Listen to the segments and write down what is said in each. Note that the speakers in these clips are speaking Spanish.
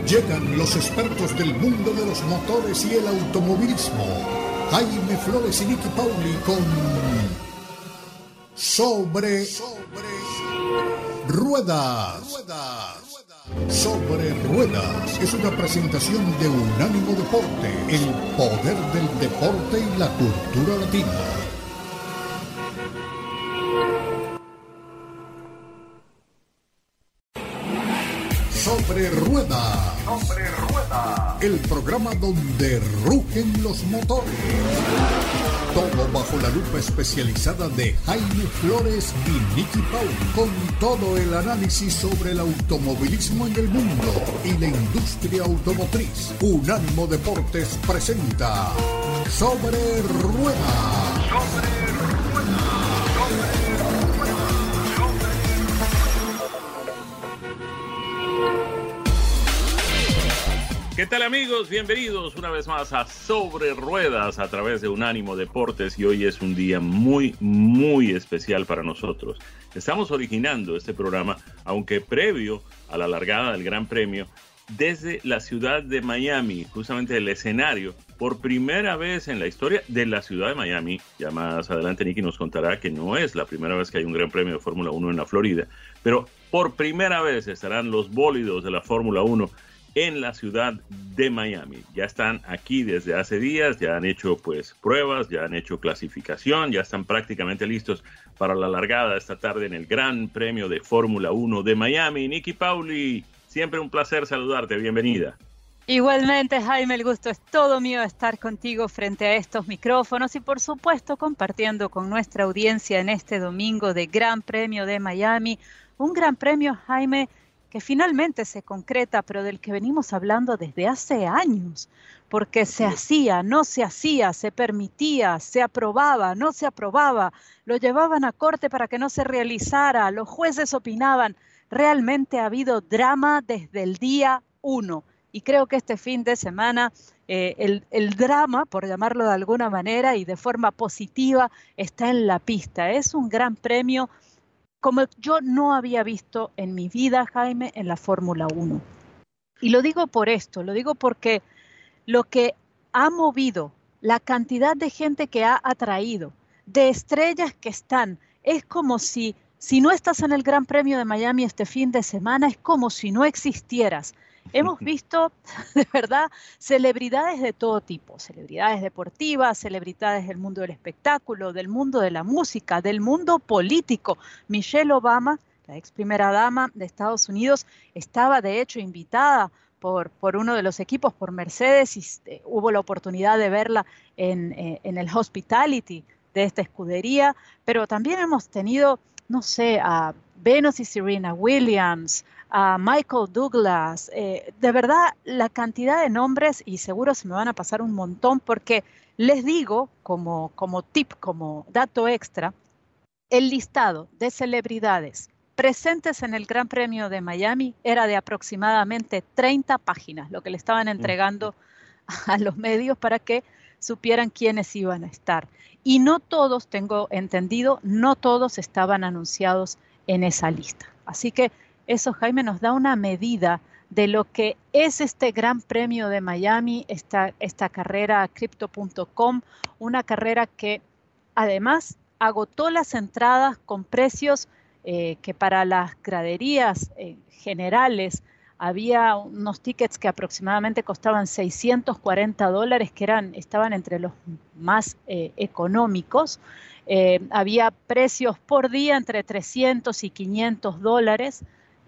Llegan los expertos del mundo de los motores y el automovilismo. Jaime Flores y Nicky Pauli con Sobre Ruedas. Sobre Ruedas es una presentación de Unánimo Deporte, el poder del deporte y la cultura latina. Sobre Ruedas. El programa donde rugen los motores. Todo bajo la lupa especializada de Jaime Flores y Nicky Pauli, con todo el análisis sobre el automovilismo en el mundo y la industria automotriz. Unánimo Deportes presenta Sobre Ruedas. ¿Qué tal, amigos? Bienvenidos una vez más a Sobre Ruedas a través de Unánimo Deportes, y hoy es un día muy especial para nosotros. Estamos originando este programa, aunque previo a la largada del Gran Premio, desde la ciudad de Miami, justamente el escenario, por primera vez en la historia de la ciudad de Miami. Ya más adelante Nicky nos contará que no es la primera vez que hay un Gran Premio de Fórmula 1 en la Florida, pero por primera vez estarán los bólidos de la Fórmula 1 en la ciudad de Miami. Ya están aquí desde hace días, ya han hecho pruebas, ya han hecho clasificación, ya están prácticamente listos para la largada esta tarde en el Gran Premio de Fórmula 1 de Miami. Nicky Pauli, siempre un placer saludarte, bienvenida. Igualmente, Jaime, el gusto es todo mío estar contigo frente a estos micrófonos y por supuesto compartiendo con nuestra audiencia en este domingo de Gran Premio de Miami. Un Gran Premio, Jaime, que finalmente se concreta, pero del que venimos hablando desde hace años, porque se hacía, no se hacía, se permitía, se aprobaba, no se aprobaba, lo llevaban a corte para que no se realizara, los jueces opinaban. Realmente ha habido drama desde el día 1, y creo que este fin de semana el drama, por llamarlo de alguna manera y de forma positiva, está en la pista. Es un gran premio como yo no había visto en mi vida, Jaime, en la Fórmula 1. Y lo digo por esto, lo digo porque lo que ha movido, la cantidad de gente que ha atraído, de estrellas que están, es como si no estás en el Gran Premio de Miami este fin de semana, es como si no existieras. Hemos visto, de verdad, celebridades de todo tipo, celebridades deportivas, celebridades del mundo del espectáculo, del mundo de la música, del mundo político. Michelle Obama, la ex primera dama de Estados Unidos, estaba de hecho invitada por uno de los equipos, por Mercedes, y hubo la oportunidad de verla en el hospitality de esta escudería, pero también hemos tenido, no sé, a Venus y Serena Williams, a Michael Douglas, de verdad la cantidad de nombres, y seguro se me van a pasar un montón porque les digo como tip, como dato extra, el listado de celebridades presentes en el Gran Premio de Miami era de aproximadamente 30 páginas, lo que le estaban entregando a los medios para que supieran quiénes iban a estar. Y no todos, tengo entendido, no todos estaban anunciados en esa lista. Así que eso, Jaime, nos da una medida de lo que es este Gran Premio de Miami, esta carrera Crypto.com, una carrera que además agotó las entradas con precios que para las graderías generales había unos tickets que aproximadamente costaban $640, que estaban entre los más económicos. Había precios por día entre $300 y $500.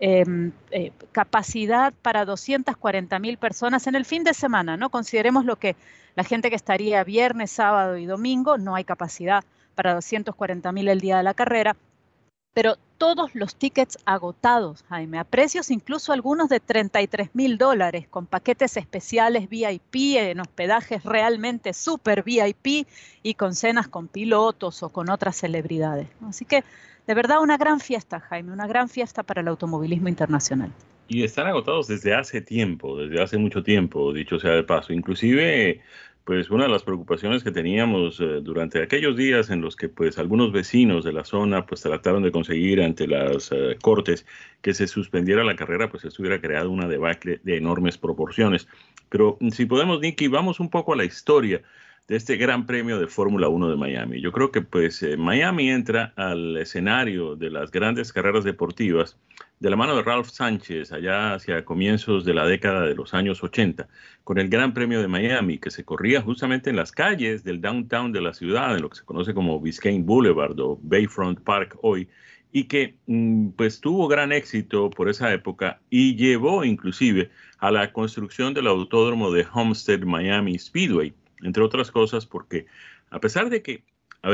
Capacidad para 240,000 personas en el fin de semana, ¿no? Consideremos lo que la gente que estaría viernes, sábado y domingo, no hay capacidad para 240,000 el día de la carrera, pero todos los tickets agotados, Jaime, a precios incluso algunos de $33,000, con paquetes especiales VIP, en hospedajes realmente super VIP y con cenas con pilotos o con otras celebridades, ¿no? Así que de verdad una gran fiesta, Jaime, una gran fiesta para el automovilismo internacional. Y están agotados desde hace tiempo, desde hace mucho tiempo, dicho sea de paso. Inclusive pues una de las preocupaciones que teníamos durante aquellos días en los que pues algunos vecinos de la zona pues trataron de conseguir ante las cortes que se suspendiera la carrera, pues esto hubiera creado una debacle de enormes proporciones. Pero si podemos, Nicky, vamos un poco a la historia de este Gran Premio de Fórmula 1 de Miami. Yo creo que pues Miami entra al escenario de las grandes carreras deportivas de la mano de Ralph Sánchez allá hacia comienzos de la década de los años 80, con el Gran Premio de Miami, que se corría justamente en las calles del downtown de la ciudad, en lo que se conoce como Biscayne Boulevard o Bayfront Park hoy, y que pues tuvo gran éxito por esa época y llevó inclusive a la construcción del autódromo de Homestead Miami Speedway, entre otras cosas, porque a pesar de que,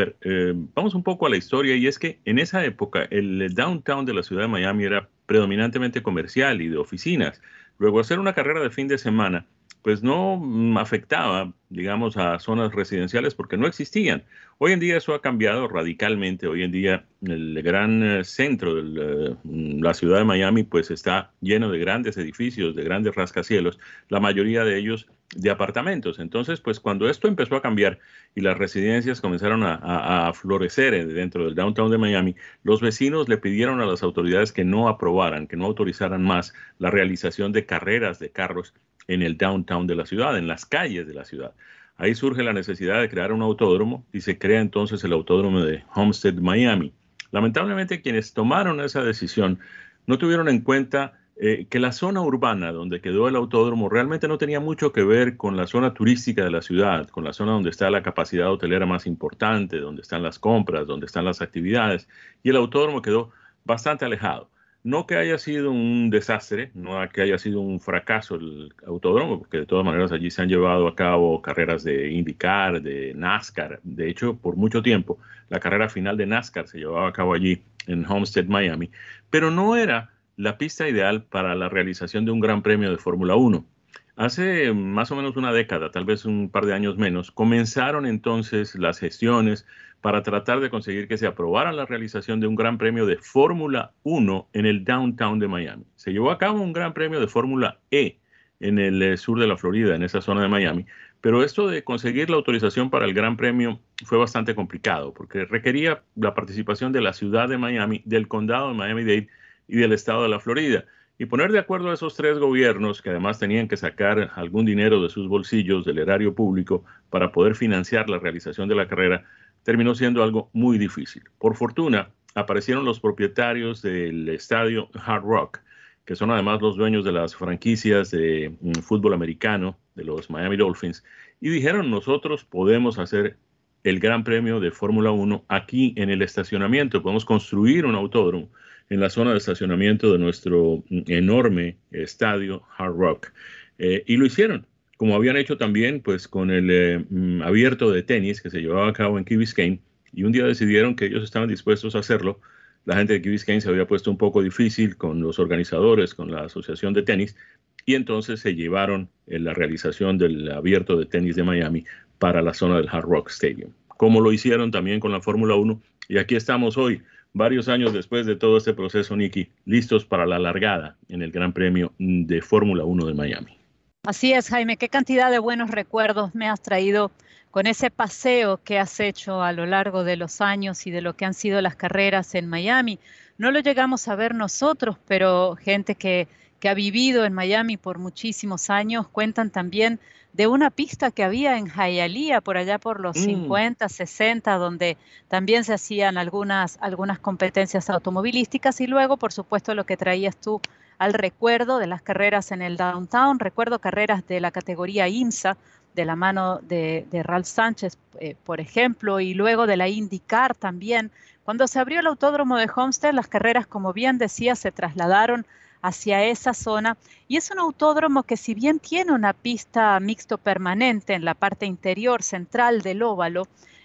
vamos un poco a la historia, y es que en esa época el downtown de la ciudad de Miami era predominantemente comercial y de oficinas. Luego, hacer una carrera de fin de semana, pues no afectaba, digamos, a zonas residenciales porque no existían. Hoy en día eso ha cambiado radicalmente. Hoy en día el gran centro de la ciudad de Miami pues está lleno de grandes edificios, de grandes rascacielos, la mayoría de ellos de apartamentos. Entonces, pues cuando esto empezó a cambiar y las residencias comenzaron a florecer dentro del downtown de Miami, los vecinos le pidieron a las autoridades que no aprobaran, que no autorizaran más la realización de carreras de carros en el downtown de la ciudad, en las calles de la ciudad. Ahí surge la necesidad de crear un autódromo y se crea entonces el autódromo de Homestead Miami. Lamentablemente quienes tomaron esa decisión no tuvieron en cuenta que la zona urbana donde quedó el autódromo realmente no tenía mucho que ver con la zona turística de la ciudad, con la zona donde está la capacidad hotelera más importante, donde están las compras, donde están las actividades, y el autódromo quedó bastante alejado. No que haya sido un desastre, no que haya sido un fracaso el autódromo, porque de todas maneras allí se han llevado a cabo carreras de IndyCar, de NASCAR. De hecho, por mucho tiempo, la carrera final de NASCAR se llevaba a cabo allí en Homestead, Miami, pero no era la pista ideal para la realización de un gran premio de Fórmula 1. Hace más o menos una década, tal vez un par de años menos, comenzaron entonces las gestiones para tratar de conseguir que se aprobara la realización de un gran premio de Fórmula 1 en el downtown de Miami. Se llevó a cabo un gran premio de Fórmula E en el sur de la Florida, en esa zona de Miami, pero esto de conseguir la autorización para el gran premio fue bastante complicado porque requería la participación de la ciudad de Miami, del condado de Miami-Dade y del estado de la Florida. Y poner de acuerdo a esos tres gobiernos, que además tenían que sacar algún dinero de sus bolsillos, del erario público, para poder financiar la realización de la carrera, terminó siendo algo muy difícil. Por fortuna, aparecieron los propietarios del estadio Hard Rock, que son además los dueños de las franquicias de fútbol americano, de los Miami Dolphins, y dijeron: nosotros podemos hacer el Gran Premio de Fórmula 1 aquí en el estacionamiento, podemos construir un autódromo en la zona de estacionamiento de nuestro enorme estadio Hard Rock. Y lo hicieron, como habían hecho también pues con el abierto de tenis que se llevaba a cabo en Key Biscayne, y un día decidieron que ellos estaban dispuestos a hacerlo. La gente de Key Biscayne se había puesto un poco difícil con los organizadores, con la asociación de tenis, y entonces se llevaron la realización del abierto de tenis de Miami para la zona del Hard Rock Stadium, como lo hicieron también con la Fórmula 1, y aquí estamos hoy, varios años después de todo este proceso, Nicky, listos para la largada en el Gran Premio de Fórmula 1 de Miami. Así es, Jaime, qué cantidad de buenos recuerdos me has traído con ese paseo que has hecho a lo largo de los años y de lo que han sido las carreras en Miami. No lo llegamos a ver nosotros, pero gente que ha vivido en Miami por muchísimos años cuentan también de una pista que había en Hialeah, por allá por los 50, 60, donde también se hacían algunas competencias automovilísticas, y luego, por supuesto, lo que traías tú al recuerdo de las carreras en el downtown. Recuerdo carreras de la categoría IMSA, de la mano de Ralph Sánchez, por ejemplo, y luego de la IndyCar también. Cuando se abrió el autódromo de Homestead, las carreras, como bien decía, se trasladaron hacia esa zona, y es un autódromo que, si bien tiene una pista mixto permanente en la parte interior central del óvalo,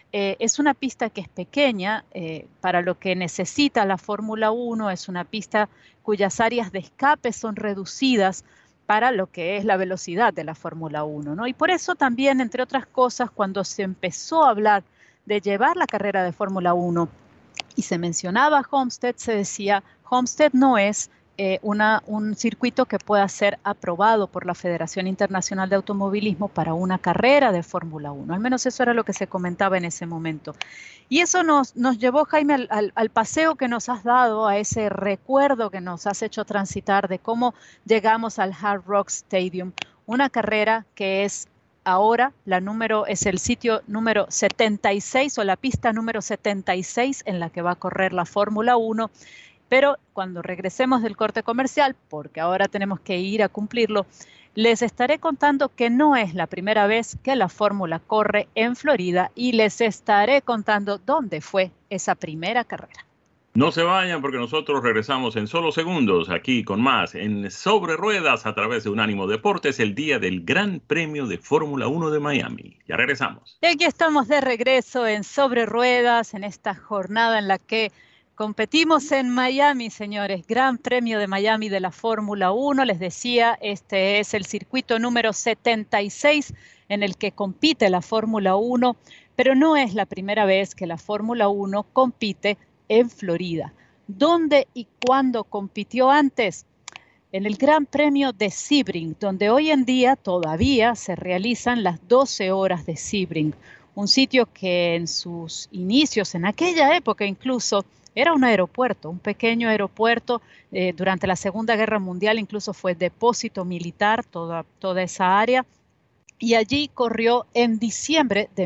es una pista que es pequeña para lo que necesita la Fórmula 1, es una pista cuyas áreas de escape son reducidas para lo que es la velocidad de la Fórmula 1, ¿no? Y por eso también, entre otras cosas, cuando se empezó a hablar de llevar la carrera de Fórmula 1 y se mencionaba Homestead, se decía: Homestead no es un circuito que pueda ser aprobado por la Federación Internacional de Automovilismo para una carrera de Fórmula 1. Al menos eso era lo que se comentaba en ese momento. Y eso nos llevó, Jaime, al paseo que nos has dado, a ese recuerdo que nos has hecho transitar de cómo llegamos al Hard Rock Stadium, una carrera que es ahora es el sitio número 76 o la pista número 76 en la que va a correr la Fórmula 1. Pero cuando regresemos del corte comercial, porque ahora tenemos que ir a cumplirlo, les estaré contando que no es la primera vez que la Fórmula corre en Florida y les estaré contando dónde fue esa primera carrera. No se vayan porque nosotros regresamos en solo segundos aquí con más en Sobre Ruedas a través de Unánimo Deportes, el día del Gran Premio de Fórmula 1 de Miami. Ya regresamos. Y aquí estamos de regreso en Sobre Ruedas, en esta jornada en la que competimos en Miami, señores. Gran Premio de Miami de la Fórmula 1. Les decía, este es el circuito número 76 en el que compite la Fórmula 1, pero no es la primera vez que la Fórmula 1 compite en Florida. ¿Dónde y cuándo compitió antes? En el Gran Premio de Sebring, donde hoy en día todavía se realizan las 12 horas de Sebring, un sitio que en sus inicios, en aquella época incluso, era un aeropuerto, un pequeño aeropuerto. Durante la Segunda Guerra Mundial incluso fue depósito militar toda esa área. Y allí corrió en diciembre de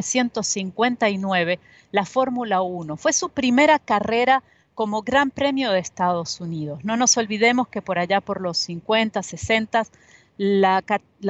1959 la Fórmula 1. Fue su primera carrera como Gran Premio de Estados Unidos. No nos olvidemos que por allá por los 50, 60, las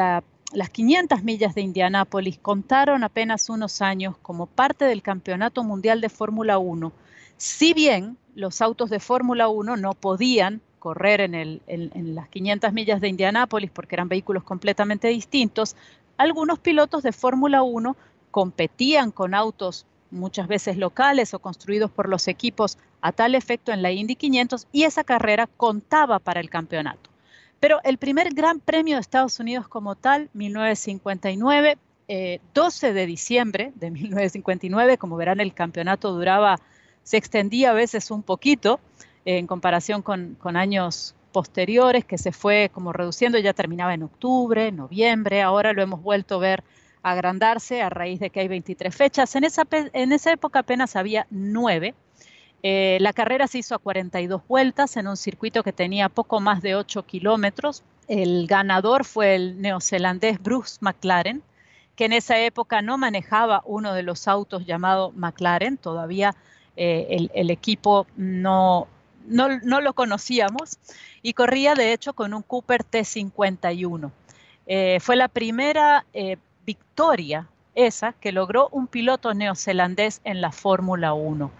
500 millas de Indianápolis contaron apenas unos años como parte del Campeonato Mundial de Fórmula 1. Si bien los autos de Fórmula 1 no podían correr en las 500 millas de Indianápolis porque eran vehículos completamente distintos, algunos pilotos de Fórmula 1 competían con autos muchas veces locales o construidos por los equipos a tal efecto en la Indy 500 y esa carrera contaba para el campeonato. Pero el primer Gran Premio de Estados Unidos como tal, 1959, 12 de diciembre de 1959, como verán el campeonato se extendía a veces un poquito en comparación con años posteriores, que se fue como reduciendo, ya terminaba en octubre, noviembre, ahora lo hemos vuelto a ver agrandarse a raíz de que hay 23 fechas. En esa época apenas había 9. La carrera se hizo a 42 vueltas en un circuito que tenía poco más de 8 kilómetros. El ganador fue el neozelandés Bruce McLaren, que en esa época no manejaba uno de los autos llamado McLaren, todavía el equipo no lo conocíamos, y corría de hecho con un Cooper T51. Fue la primera victoria esa que logró un piloto neozelandés en la Fórmula 1.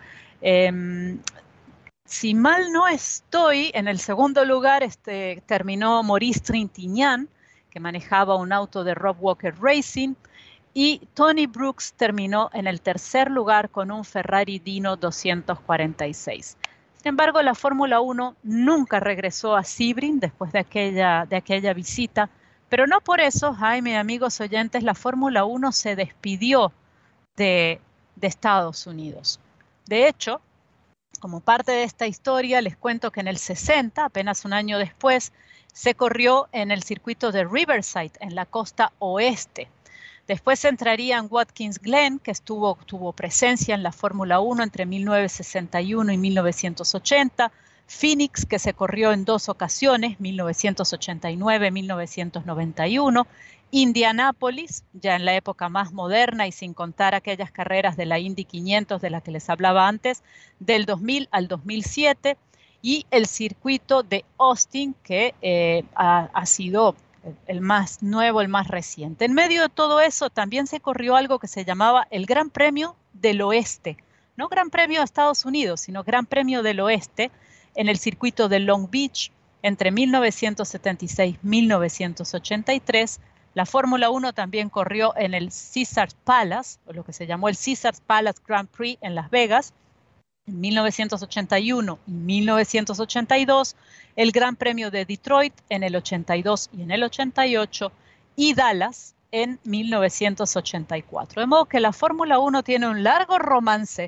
Si mal no estoy, en el segundo lugar terminó Maurice Trintignant, que manejaba un auto de Rob Walker Racing, y Tony Brooks terminó en el tercer lugar con un Ferrari Dino 246. Sin embargo, la Fórmula 1 nunca regresó a Sebring después de aquella visita, pero no por eso, Jaime, amigos oyentes, la Fórmula 1 se despidió de Estados Unidos. De hecho, como parte de esta historia, les cuento que en el 60, apenas un año después, se corrió en el circuito de Riverside, en la costa oeste. Después entrarían Watkins Glen, que tuvo presencia en la Fórmula 1 entre 1961 y 1980, Phoenix, que se corrió en 2 ocasiones, 1989 y 1991, Indianápolis, ya en la época más moderna y sin contar aquellas carreras de la Indy 500 de las que les hablaba antes, del 2000 al 2007, y el circuito de Austin, que ha sido el más nuevo, el más reciente. En medio de todo eso también se corrió algo que se llamaba el Gran Premio del Oeste, no Gran Premio de Estados Unidos, sino Gran Premio del Oeste, en el circuito de Long Beach entre 1976 y 1983. La Fórmula 1 también corrió en el Caesars Palace, o lo que se llamó el Caesars Palace Grand Prix en Las Vegas, en 1981 y 1982, el Gran Premio de Detroit en el 82 y en el 88, y Dallas en 1984. De modo que la Fórmula 1 tiene un largo romance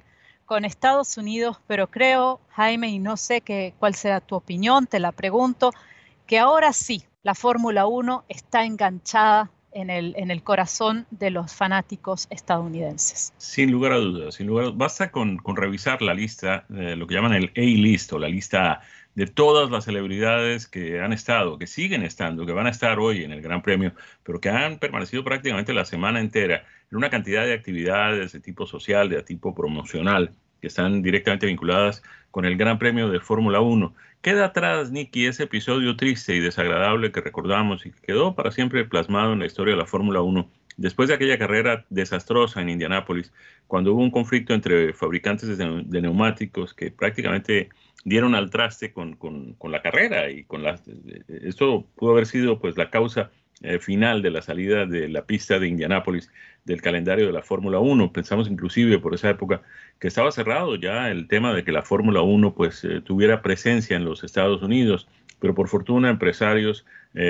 con Estados Unidos, pero creo, Jaime, y no sé cuál será tu opinión, te la pregunto, que ahora sí, la Fórmula 1 está enganchada en el corazón de los fanáticos estadounidenses. Sin lugar a dudas, sin lugar a dudas. Basta con revisar la lista, lo que llaman el A-list o la lista de todas las celebridades que han estado, que siguen estando, que van a estar hoy en el Gran Premio, pero que han permanecido prácticamente la semana entera en una cantidad de actividades de tipo social, de tipo promocional, que están directamente vinculadas con el Gran Premio de Fórmula 1. Queda atrás, Nicky, ese episodio triste y desagradable que recordamos y que quedó para siempre plasmado en la historia de la Fórmula 1 después de aquella carrera desastrosa en Indianápolis, cuando hubo un conflicto entre fabricantes de neumáticos que prácticamente dieron al traste con la carrera y esto pudo haber sido pues la causa final de la salida de la pista de Indianápolis del calendario de la Fórmula 1. Pensamos inclusive por esa época que estaba cerrado ya el tema de que la Fórmula 1 pues tuviera presencia en los Estados Unidos, pero por fortuna empresarios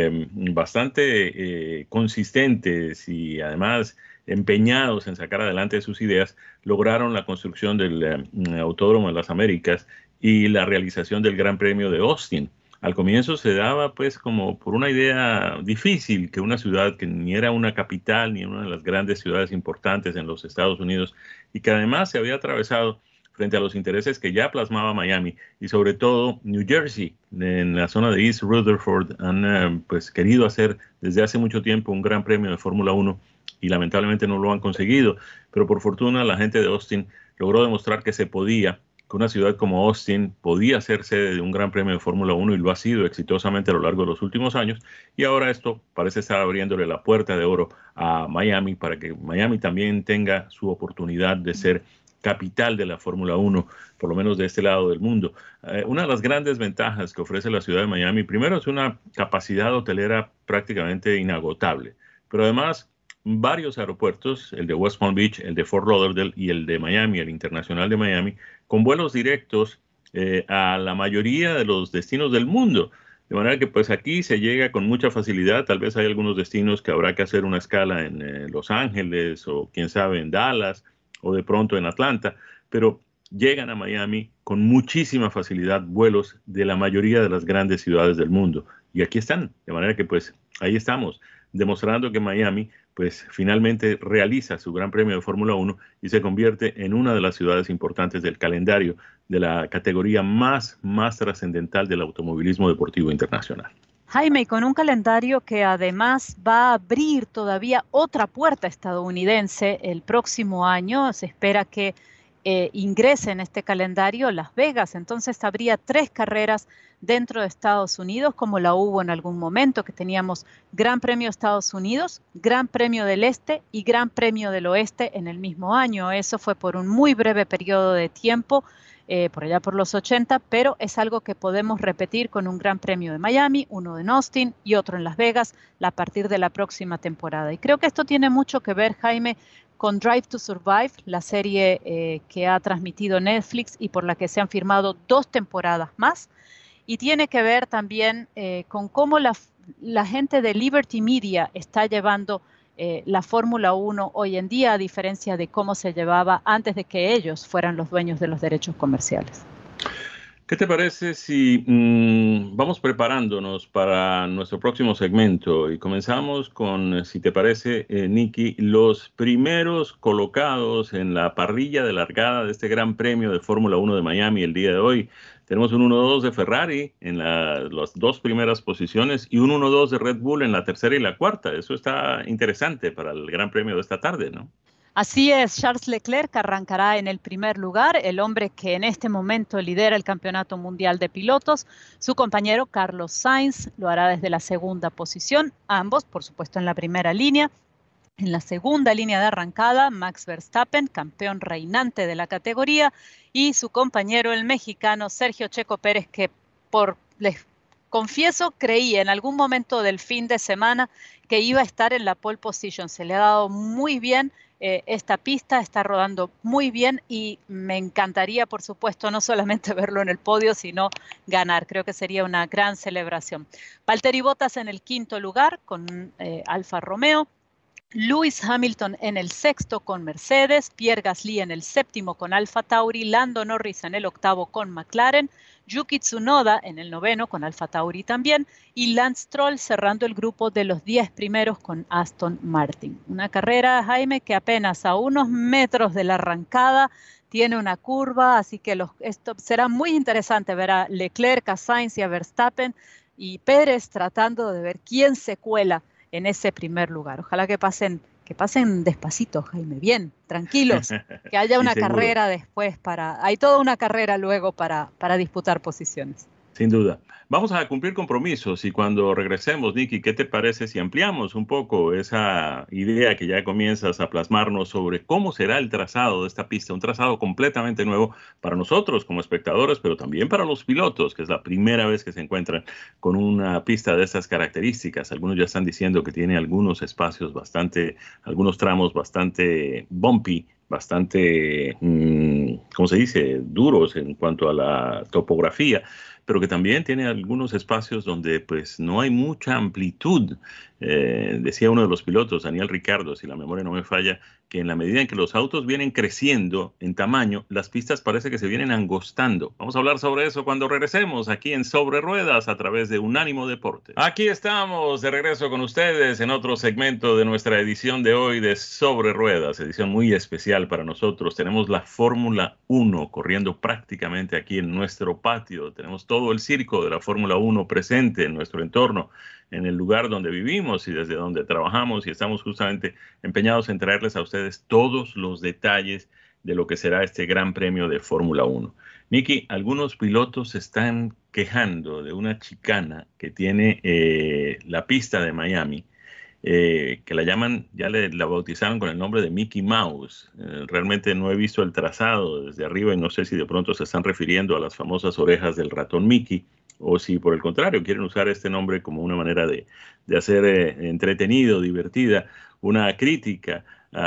bastante consistentes y además empeñados en sacar adelante sus ideas, lograron la construcción del Autódromo de las Américas y la realización del Gran Premio de Austin. Al comienzo se daba pues como por una idea difícil que una ciudad que ni era una capital ni una de las grandes ciudades importantes en los Estados Unidos y que además se había atravesado frente a los intereses que ya plasmaba Miami y sobre todo New Jersey, en la zona de East Rutherford, han pues querido hacer desde hace mucho tiempo un gran premio de Fórmula 1 y lamentablemente no lo han conseguido, pero por fortuna la gente de Austin logró demostrar que se podía, que una ciudad como Austin podía ser sede de un gran premio de Fórmula 1 y lo ha sido exitosamente a lo largo de los últimos años, y ahora esto parece estar abriéndole la puerta de oro a Miami para que Miami también tenga su oportunidad de ser capital de la Fórmula 1, por lo menos de este lado del mundo. Una de las grandes ventajas que ofrece la ciudad de Miami, primero es una capacidad hotelera prácticamente inagotable, pero además varios aeropuertos, el de West Palm Beach, el de Fort Lauderdale y el de Miami, el Internacional de Miami, con vuelos directos a la mayoría de los destinos del mundo. De manera que pues aquí se llega con mucha facilidad. Tal vez hay algunos destinos que habrá que hacer una escala en Los Ángeles o quién sabe en Dallas o de pronto en Atlanta, pero llegan a Miami con muchísima facilidad vuelos de la mayoría de las grandes ciudades del mundo. Y aquí están, de manera que pues ahí estamos, demostrando que Miami pues finalmente realiza su Gran Premio de Fórmula 1 y se convierte en una de las ciudades importantes del calendario de la categoría más trascendental del automovilismo deportivo internacional. Jaime, y con un calendario que además va a abrir todavía otra puerta estadounidense el próximo año, se espera que ingrese en este calendario Las Vegas, entonces habría 3 carreras dentro de Estados Unidos, como la hubo en algún momento, que teníamos Gran Premio de Estados Unidos, Gran Premio del Este y Gran Premio del Oeste en el mismo año. Eso fue por un muy breve periodo de tiempo, por allá por los 80, pero es algo que podemos repetir con un Gran Premio de Miami, uno en Austin y otro en Las Vegas a partir de la próxima temporada. Y creo que esto tiene mucho que ver, Jaime, con Drive to Survive, la serie que ha transmitido Netflix y por la que se han firmado 2 temporadas más. Y tiene que ver también con cómo la gente de Liberty Media está llevando la Fórmula 1 hoy en día, a diferencia de cómo se llevaba antes de que ellos fueran los dueños de los derechos comerciales. ¿Qué te parece si vamos preparándonos para nuestro próximo segmento y comenzamos con, si te parece, Nicky, los primeros colocados en la parrilla de largada de este Gran Premio de Fórmula 1 de Miami el día de hoy? Tenemos un 1-2 de Ferrari en las 2 primeras posiciones y un 1-2 de Red Bull en la tercera y la cuarta. Eso está interesante para el Gran Premio de esta tarde, ¿no? Así es, Charles Leclerc arrancará en el primer lugar, el hombre que en este momento lidera el Campeonato Mundial de Pilotos. Su compañero Carlos Sainz lo hará desde la segunda posición, ambos, por supuesto, en la primera línea. En la segunda línea de arrancada, Max Verstappen, campeón reinante de la categoría, y su compañero, el mexicano Sergio Checo Pérez, que les confieso, creí en algún momento del fin de semana que iba a estar en la pole position. Se le ha dado muy bien esta pista, está rodando muy bien y me encantaría, por supuesto, no solamente verlo en el podio, sino ganar. Creo que sería una gran celebración. Valtteri Bottas en el quinto lugar con Alfa Romeo. Lewis Hamilton en el sexto con Mercedes, Pierre Gasly en el séptimo con Alfa Tauri, Lando Norris en el octavo con McLaren, Yuki Tsunoda en el noveno con Alfa Tauri también, y Lance Stroll cerrando el grupo de los 10 primeros con Aston Martin. Una carrera, Jaime, que apenas a unos metros de la arrancada tiene una curva, así que esto será muy interesante ver a Leclerc, a Sainz y a Verstappen y Pérez tratando de ver quién se cuela en ese primer lugar. Ojalá que pasen despacito, Jaime, bien, tranquilos, que haya una carrera después hay toda una carrera luego para disputar posiciones. Sin duda. Vamos a cumplir compromisos y cuando regresemos, Nikki, ¿qué te parece si ampliamos un poco esa idea que ya comienzas a plasmarnos sobre cómo será el trazado de esta pista? Un trazado completamente nuevo para nosotros como espectadores, pero también para los pilotos, que es la primera vez que se encuentran con una pista de estas características. Algunos ya están diciendo que tiene algunos espacios algunos tramos bastante bumpy, bastante, ¿cómo se dice?, duros en cuanto a la topografía, pero que también tiene algunos espacios donde pues no hay mucha amplitud. Decía uno de los pilotos, Daniel Ricciardo, si la memoria no me falla, que en la medida en que los autos vienen creciendo en tamaño, las pistas parece que se vienen angostando. Vamos a hablar sobre eso cuando regresemos aquí en Sobre Ruedas a través de Unánimo Deportes. Aquí estamos de regreso con ustedes en otro segmento de nuestra edición de hoy de Sobre Ruedas, edición muy especial para nosotros. Tenemos la Fórmula 1 corriendo prácticamente aquí en nuestro patio. Tenemos todo el circo de la Fórmula 1 presente en nuestro entorno, en el lugar donde vivimos y desde donde trabajamos, y estamos justamente empeñados en traerles a ustedes todos los detalles de lo que será este Gran Premio de Fórmula 1. Nikki, algunos pilotos se están quejando de una chicana que tiene la pista de Miami, que la llaman, la bautizaron con el nombre de Mickey Mouse. Realmente no he visto el trazado desde arriba y no sé si de pronto se están refiriendo a las famosas orejas del ratón Mickey, o si por el contrario quieren usar este nombre como una manera de hacer entretenido, divertida, una crítica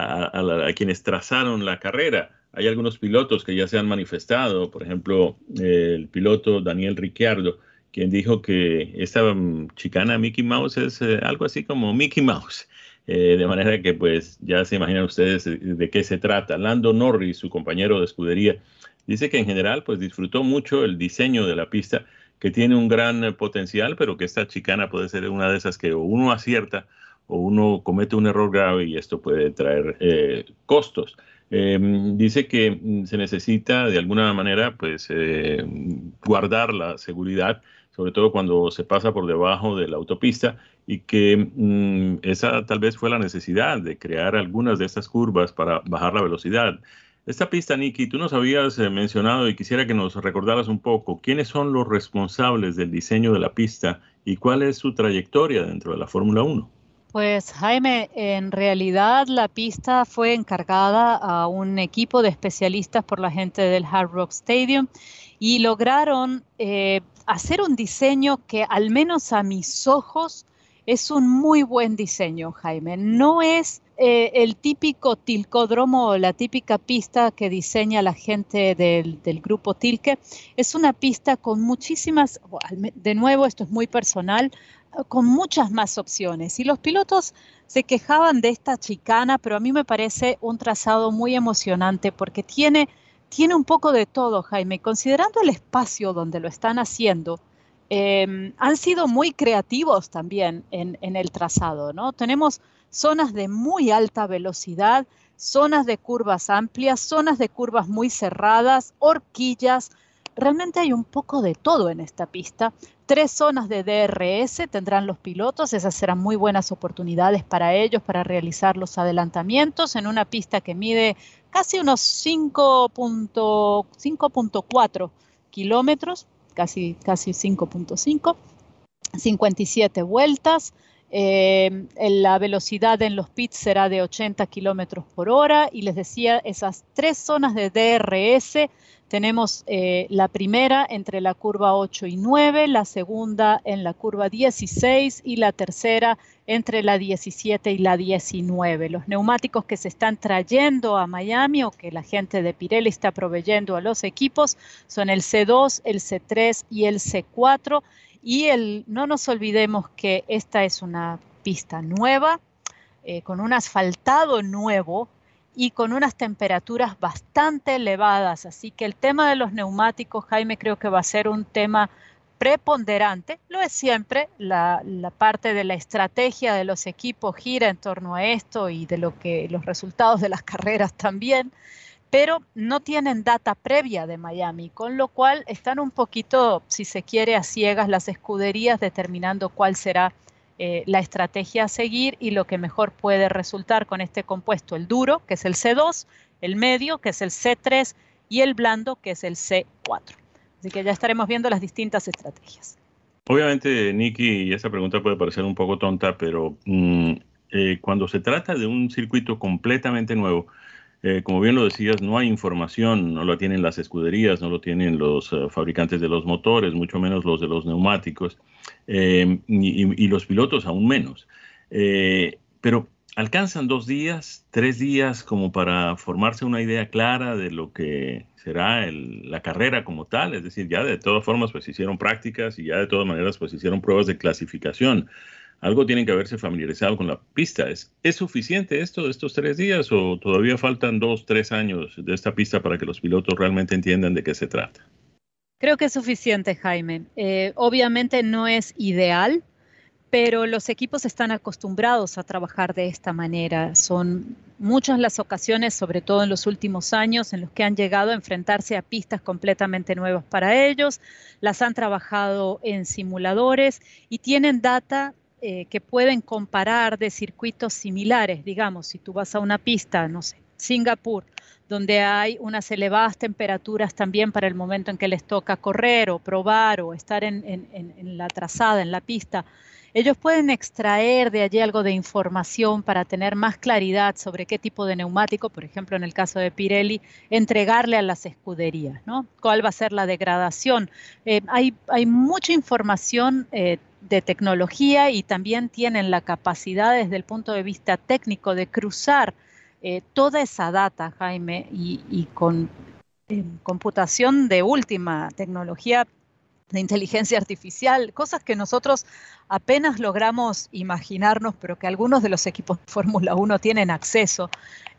a quienes trazaron la carrera. Hay algunos pilotos que ya se han manifestado, por ejemplo, el piloto Daniel Ricciardo, quien dijo que esta chicana Mickey Mouse es algo así como Mickey Mouse. De manera que pues ya se imaginan ustedes de qué se trata. Lando Norris, su compañero de escudería, dice que en general pues disfrutó mucho el diseño de la pista, que tiene un gran potencial, pero que esta chicana puede ser una de esas que o uno acierta o uno comete un error grave y esto puede traer costos. Dice que se necesita de alguna manera pues guardar la seguridad, sobre todo cuando se pasa por debajo de la autopista, y que esa tal vez fue la necesidad de crear algunas de estas curvas para bajar la velocidad. Esta pista, Nikki, tú nos habías mencionado y quisiera que nos recordaras un poco quiénes son los responsables del diseño de la pista y cuál es su trayectoria dentro de la Fórmula 1. Pues Jaime, en realidad la pista fue encargada a un equipo de especialistas por la gente del Hard Rock Stadium y lograron hacer un diseño que al menos a mis ojos es un muy buen diseño, Jaime. No es el típico tilcódromo o la típica pista que diseña la gente del grupo Tilke. Es una pista con muchísimas, de nuevo esto es muy personal, con muchas más opciones. Y los pilotos se quejaban de esta chicana, pero a mí me parece un trazado muy emocionante porque tiene un poco de todo, Jaime. Considerando el espacio donde lo están haciendo, han sido muy creativos también en el trazado, ¿no? Tenemos zonas de muy alta velocidad, zonas de curvas amplias, zonas de curvas muy cerradas, horquillas. Realmente hay un poco de todo en esta pista. 3 zonas de DRS tendrán los pilotos, esas serán muy buenas oportunidades para ellos para realizar los adelantamientos en una pista que mide casi unos 5.4 kilómetros, casi 5.5, 57 vueltas. La velocidad en los pits será de 80 kilómetros por hora y les decía, esas 3 zonas de DRS. Tenemos la primera entre la curva 8 y 9, la segunda en la curva 16 y la tercera entre la 17 y la 19. Los neumáticos que se están trayendo a Miami o que la gente de Pirelli está proveyendo a los equipos son el C2, el C3 y el C4. Y no nos olvidemos que esta es una pista nueva. con un asfaltado nuevo y con unas temperaturas bastante elevadas. Así que el tema de los neumáticos, Jaime, creo que va a ser un tema preponderante. Lo es siempre, la parte de la estrategia de los equipos gira en torno a esto y de los resultados de las carreras también, pero no tienen data previa de Miami, con lo cual están un poquito, si se quiere, a ciegas las escuderías determinando cuál será la estrategia a seguir y lo que mejor puede resultar con este compuesto, el duro, que es el C2, el medio, que es el C3, y el blando, que es el C4. Así que ya estaremos viendo las distintas estrategias. Obviamente, Nikki, esa pregunta puede parecer un poco tonta, pero cuando se trata de un circuito completamente nuevo, como bien lo decías, no hay información, no la tienen las escuderías, no lo tienen los fabricantes de los motores, mucho menos los de los neumáticos, y los pilotos aún menos. Pero ¿alcanzan 2 días, 3 días como para formarse una idea clara de lo que será la carrera como tal? Es decir, ya de todas formas pues hicieron prácticas y ya de todas maneras pues hicieron pruebas de clasificación. Algo tienen que haberse familiarizado con la pista. ¿Es suficiente esto de estos 3 días o todavía faltan 2, 3 años de esta pista para que los pilotos realmente entiendan de qué se trata? Creo que es suficiente, Jaime. Obviamente no es ideal, pero los equipos están acostumbrados a trabajar de esta manera. Son muchas las ocasiones, sobre todo en los últimos años, en los que han llegado a enfrentarse a pistas completamente nuevas para ellos. Las han trabajado en simuladores y tienen data que pueden comparar de circuitos similares. Digamos, si tú vas a una pista, no sé, Singapur, donde hay unas elevadas temperaturas también para el momento en que les toca correr o probar o estar en la trazada, en la pista, ellos pueden extraer de allí algo de información para tener más claridad sobre qué tipo de neumático, por ejemplo, en el caso de Pirelli, entregarle a las escuderías, ¿no? ¿Cuál va a ser la degradación? Hay mucha información de tecnología y también tienen la capacidad desde el punto de vista técnico de cruzar toda esa data, Jaime, y con computación de última tecnología de inteligencia artificial, cosas que nosotros apenas logramos imaginarnos, pero que algunos de los equipos de Fórmula 1 tienen acceso.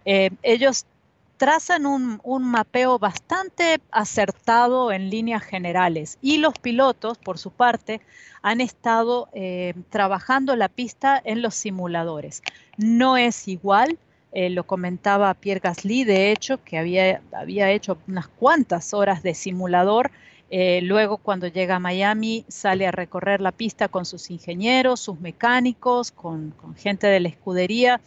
Ellos trazan un mapeo bastante acertado en líneas generales y los pilotos, por su parte, han estado trabajando la pista en los simuladores. No es igual. Lo comentaba Pierre Gasly, de hecho, que había hecho unas cuantas horas de simulador. Luego, cuando llega a Miami, sale a recorrer la pista con sus ingenieros, sus mecánicos, con gente de la escudería.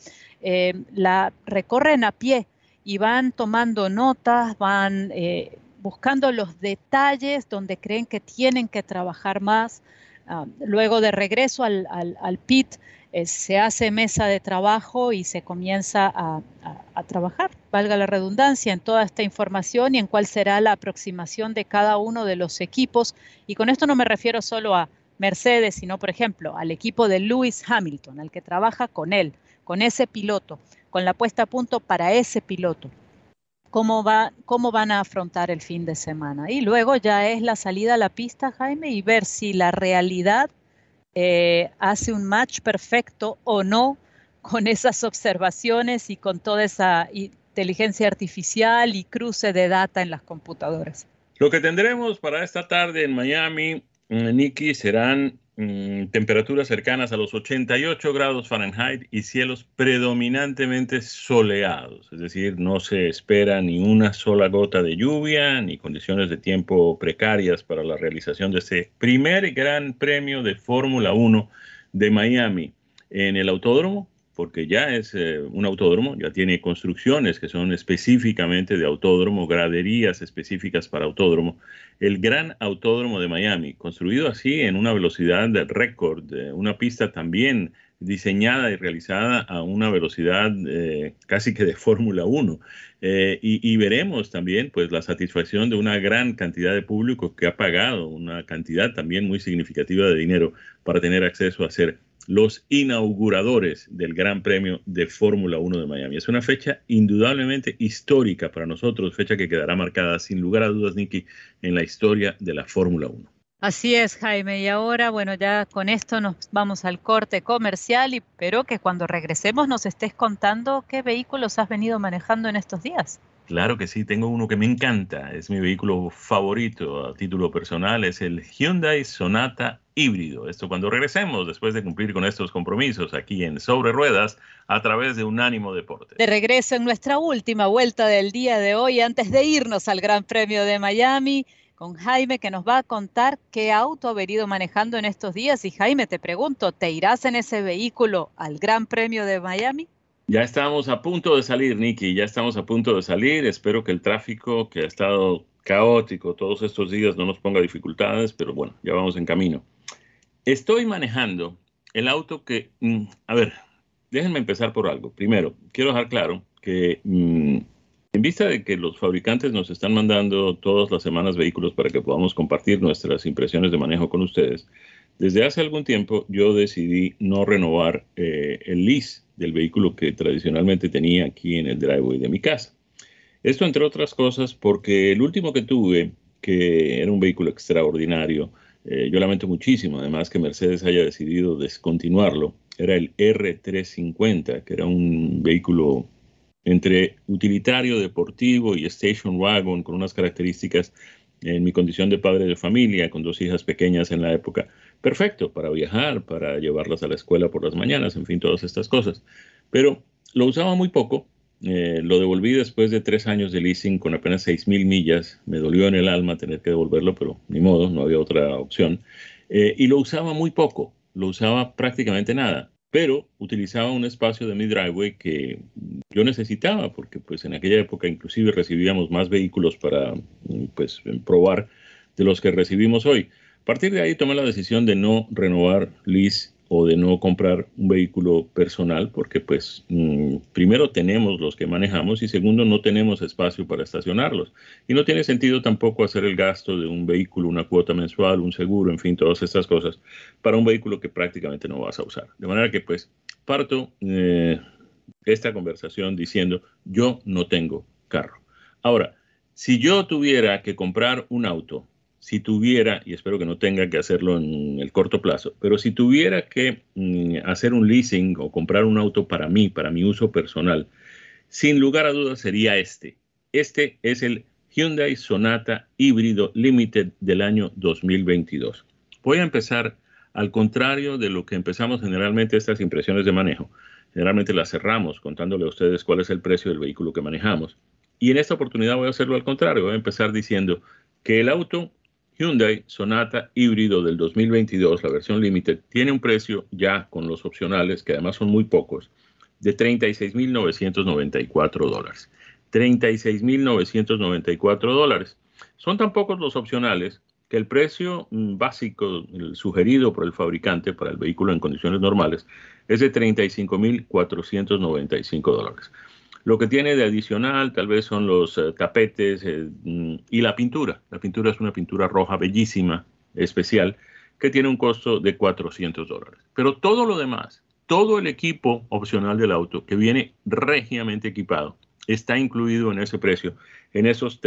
La recorren a pie y van tomando notas, van buscando los detalles donde creen que tienen que trabajar más. Luego de regreso al pit, se hace mesa de trabajo y se comienza a trabajar, valga la redundancia, en toda esta información y en cuál será la aproximación de cada uno de los equipos. Y con esto no me refiero solo a Mercedes, sino, por ejemplo, al equipo de Lewis Hamilton, al que trabaja con él, con ese piloto, con la puesta a punto para ese piloto. ¿Cómo van a afrontar el fin de semana? Y luego ya es la salida a la pista, Jaime, y ver si la realidad hace un match perfecto o no con esas observaciones y con toda esa inteligencia artificial y cruce de data en las computadoras. Lo que tendremos para esta tarde en Miami, Nikki, serán temperaturas cercanas a los 88 grados Fahrenheit y cielos predominantemente soleados. Es decir, no se espera ni una sola gota de lluvia ni condiciones de tiempo precarias para la realización de este primer Gran Premio de Fórmula 1 de Miami en el autódromo, porque ya es un autódromo, ya tiene construcciones que son específicamente de autódromo, graderías específicas para autódromo. El Gran Autódromo de Miami, construido así en una velocidad de récord, una pista también diseñada y realizada a una velocidad casi que de Fórmula 1. Y veremos también pues la satisfacción de una gran cantidad de público que ha pagado una cantidad también muy significativa de dinero para tener acceso a ser los inauguradores del Gran Premio de Fórmula 1 de Miami. Es una fecha indudablemente histórica para nosotros, fecha que quedará marcada sin lugar a dudas, Nikki, en la historia de la Fórmula 1. Así es, Jaime. Y ahora, bueno, ya con esto nos vamos al corte comercial, y espero que cuando regresemos nos estés contando qué vehículos has venido manejando en estos días. Claro que sí, tengo uno que me encanta, es mi vehículo favorito a título personal, es el Hyundai Sonata híbrido. Esto cuando regresemos, después de cumplir con estos compromisos aquí en Sobre Ruedas, a través de Unánimo De Deportes. regreso en nuestra última vuelta del día de hoy, antes de irnos al Gran Premio de Miami, con Jaime, que nos va a contar qué auto ha venido manejando en estos días. Y Jaime, te pregunto, ¿te irás en ese vehículo al Gran Premio de Miami? Ya estamos a punto de salir, Nicky, ya estamos a punto de salir. Espero que el tráfico que ha estado caótico todos estos días no nos ponga dificultades, pero bueno, ya vamos en camino. Estoy manejando el auto que, a ver, déjenme empezar por algo. Primero, quiero dejar claro que en vista de que los fabricantes nos están mandando todas las semanas vehículos para que podamos compartir nuestras impresiones de manejo con ustedes, desde hace algún tiempo yo decidí no renovar el lease del vehículo que tradicionalmente tenía aquí en el driveway de mi casa. Esto, entre otras cosas, porque el último que tuve, que era un vehículo extraordinario, yo lamento muchísimo, además, que Mercedes haya decidido descontinuarlo, era el R350, que era un vehículo entre utilitario, deportivo y station wagon, con unas características en mi condición de padre de familia, con dos hijas pequeñas en la época, perfecto para viajar, para llevarlas a la escuela por las mañanas, en fin, todas estas cosas. Pero lo usaba muy poco. Lo devolví después de 3 años de leasing con apenas 6,000 millas. Me dolió en el alma tener que devolverlo, pero ni modo, no había otra opción. Y lo usaba muy poco, lo usaba prácticamente nada, pero utilizaba un espacio de mi driveway que yo necesitaba, porque pues en aquella época inclusive recibíamos más vehículos para pues probar de los que recibimos hoy. A partir de ahí tomé la decisión de no renovar lease o de no comprar un vehículo personal, porque pues primero tenemos los que manejamos y segundo no tenemos espacio para estacionarlos. Y no tiene sentido tampoco hacer el gasto de un vehículo, una cuota mensual, un seguro, en fin, todas estas cosas para un vehículo que prácticamente no vas a usar. De manera que pues parto esta conversación diciendo yo no tengo carro. Ahora, si yo tuviera que comprar un auto, si tuviera, y espero que no tenga que hacerlo en el corto plazo, pero si tuviera que hacer un leasing o comprar un auto para mí, para mi uso personal, sin lugar a dudas sería este. Este es el Hyundai Sonata Híbrido Limited del año 2022. Voy a empezar al contrario de lo que empezamos generalmente estas impresiones de manejo. Generalmente las cerramos contándole a ustedes cuál es el precio del vehículo que manejamos. Y en esta oportunidad voy a hacerlo al contrario. Voy a empezar diciendo que el auto Hyundai Sonata híbrido del 2022, la versión Limited, tiene un precio ya con los opcionales, que además son muy pocos, de $36,994. $36,994. Son tan pocos los opcionales que el precio básico el sugerido por el fabricante para el vehículo en condiciones normales es de $35,495. Lo que tiene de adicional tal vez son los tapetes y la pintura. La pintura es una pintura roja bellísima, especial, que tiene un costo de $400. Pero todo lo demás, todo el equipo opcional del auto que viene regiamente equipado, está incluido en ese precio, en esos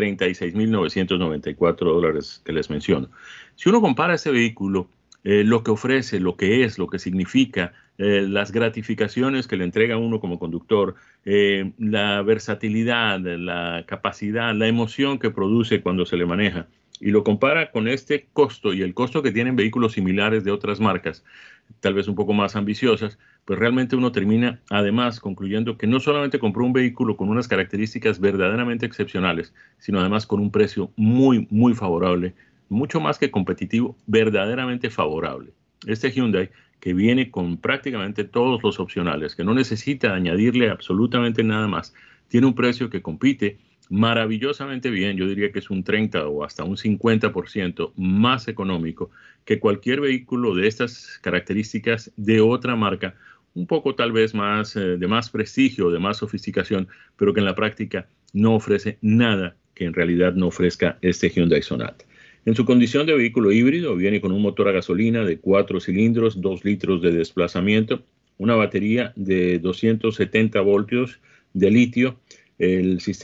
$36,994 que les menciono. Si uno compara ese vehículo, lo que ofrece, lo que es, lo que significa, las gratificaciones que le entrega a uno como conductor, la versatilidad, la capacidad, la emoción que produce cuando se le maneja, y lo compara con este costo y el costo que tienen vehículos similares de otras marcas, tal vez un poco más ambiciosas, pues realmente uno termina además concluyendo que no solamente compró un vehículo con unas características verdaderamente excepcionales, sino además con un precio muy, muy favorable, mucho más que competitivo, verdaderamente favorable. Este Hyundai, que viene con prácticamente todos los opcionales, que no necesita añadirle absolutamente nada más, tiene un precio que compite maravillosamente bien. Yo diría que es un 30 o hasta un 50% más económico que cualquier vehículo de estas características de otra marca, un poco tal vez más de más prestigio, de más sofisticación, pero que en la práctica no ofrece nada que en realidad no ofrezca este Hyundai Sonata. En su condición de vehículo híbrido, viene con un motor a gasolina de 4 cilindros, 2 litros de desplazamiento, una batería de 270 voltios de litio. El sistema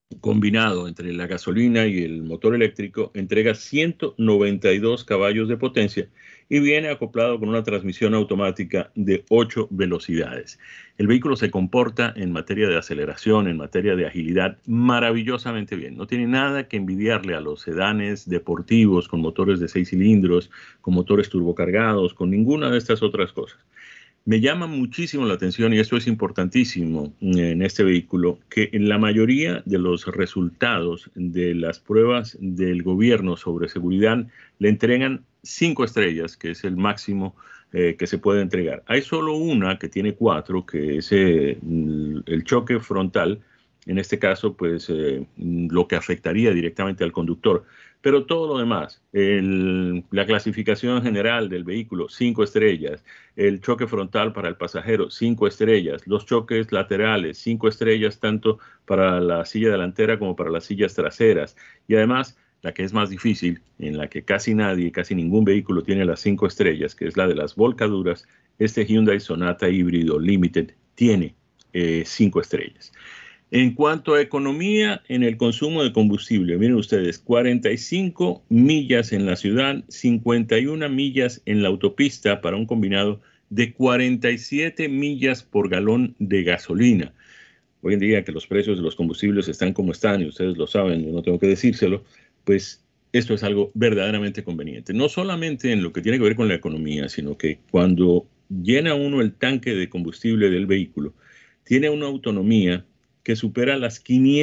combinado entre la gasolina y el motor eléctrico entrega 192 caballos de potencia y viene acoplado con una transmisión automática de 8 velocidades. El vehículo se comporta en materia de aceleración, en materia de agilidad, maravillosamente bien. No tiene nada que envidiarle a los sedanes deportivos con motores de 6 cilindros, con motores turbocargados, con ninguna de estas otras cosas. Me llama muchísimo la atención, y esto es importantísimo en este vehículo, que en la mayoría de los resultados de las pruebas del gobierno sobre seguridad le entregan 5 estrellas, que es el máximo que se puede entregar. Hay solo una que tiene 4, que es el choque frontal, en este caso, pues lo que afectaría directamente al conductor. Pero todo lo demás, la clasificación general del vehículo, 5 estrellas, el choque frontal para el pasajero, 5 estrellas, los choques laterales, 5 estrellas tanto para la silla delantera como para las sillas traseras. Y además, la que es más difícil, en la que casi nadie, casi ningún vehículo tiene las 5 estrellas, que es la de las volcaduras, este Hyundai Sonata Híbrido Limited tiene 5 estrellas. En cuanto a economía en el consumo de combustible, miren ustedes, 45 millas en la ciudad, 51 millas en la autopista para un combinado de 47 millas por galón de gasolina. Hoy en día que los precios de los combustibles están como están, y ustedes lo saben, yo no tengo que decírselo, pues esto es algo verdaderamente conveniente. No solamente en lo que tiene que ver con la economía, sino que cuando llena uno el tanque de combustible del vehículo, tiene una autonomía que supera las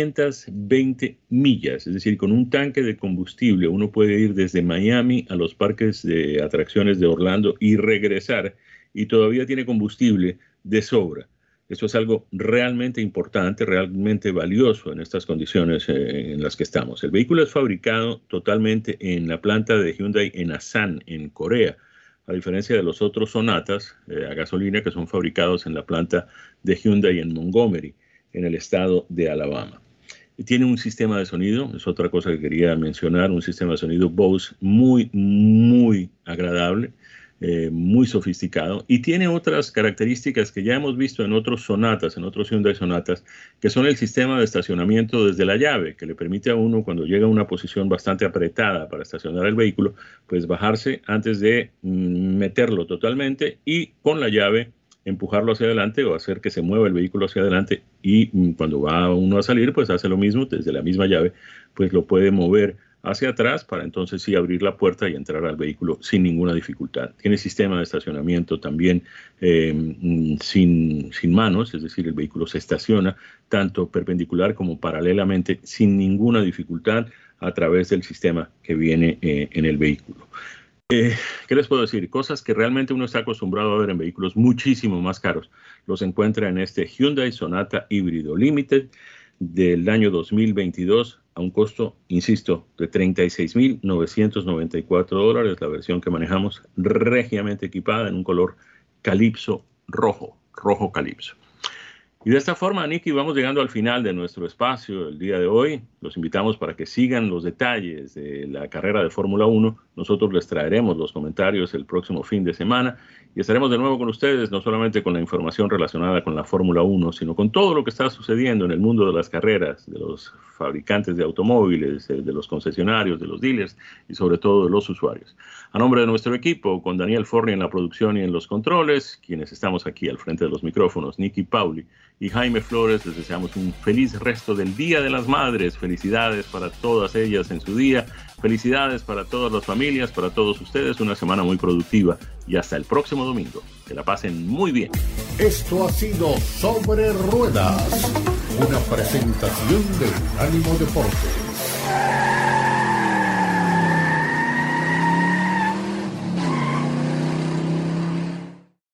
520 millas, es decir, con un tanque de combustible uno puede ir desde Miami a los parques de atracciones de Orlando y regresar, y todavía tiene combustible de sobra. Esto es algo realmente importante, realmente valioso en estas condiciones en las que estamos. El vehículo es fabricado totalmente en la planta de Hyundai en Asan, en Corea, a diferencia de los otros Sonatas a gasolina que son fabricados en la planta de Hyundai en Montgomery, en el estado de Alabama. Y tiene un sistema de sonido, es otra cosa que quería mencionar, un sistema de sonido Bose muy, muy agradable, muy sofisticado, y tiene otras características que ya hemos visto en otros Sonatas, en otros Hyundai Sonatas, que son el sistema de estacionamiento desde la llave, que le permite a uno, cuando llega a una posición bastante apretada para estacionar el vehículo, pues bajarse antes de meterlo totalmente y con la llave empujarlo hacia adelante o hacer que se mueva el vehículo hacia adelante, y cuando va uno a salir, pues hace lo mismo, desde la misma llave, pues lo puede mover hacia atrás para entonces sí abrir la puerta y entrar al vehículo sin ninguna dificultad. Tiene sistema de estacionamiento también sin manos, es decir, el vehículo se estaciona tanto perpendicular como paralelamente sin ninguna dificultad a través del sistema que viene en el vehículo. ¿Qué les puedo decir? Cosas que realmente uno está acostumbrado a ver en vehículos muchísimo más caros. Los encuentra en este Hyundai Sonata Híbrido Limited del año 2022 a un costo, insisto, de $36,994, la versión que manejamos, regiamente equipada en un color calipso rojo calipso. Y de esta forma, Nicky, vamos llegando al final de nuestro espacio el día de hoy. Los invitamos para que sigan los detalles de la carrera de Fórmula 1. Nosotros les traeremos los comentarios el próximo fin de semana y estaremos de nuevo con ustedes, no solamente con la información relacionada con la Fórmula 1, sino con todo lo que está sucediendo en el mundo de las carreras, de los fabricantes de automóviles, de los concesionarios, de los dealers y sobre todo de los usuarios. A nombre de nuestro equipo, con Daniel Forni en la producción y en los controles, quienes estamos aquí al frente de los micrófonos, Nicky Pauli y Jaime Flores, les deseamos un feliz resto del Día de las Madres. Felicidades para todas ellas en su día. Felicidades para todas las familias, para todos ustedes. Una semana muy productiva y hasta el próximo domingo. Que la pasen muy bien. Esto ha sido Sobre Ruedas, una presentación de Unánimo Deportes.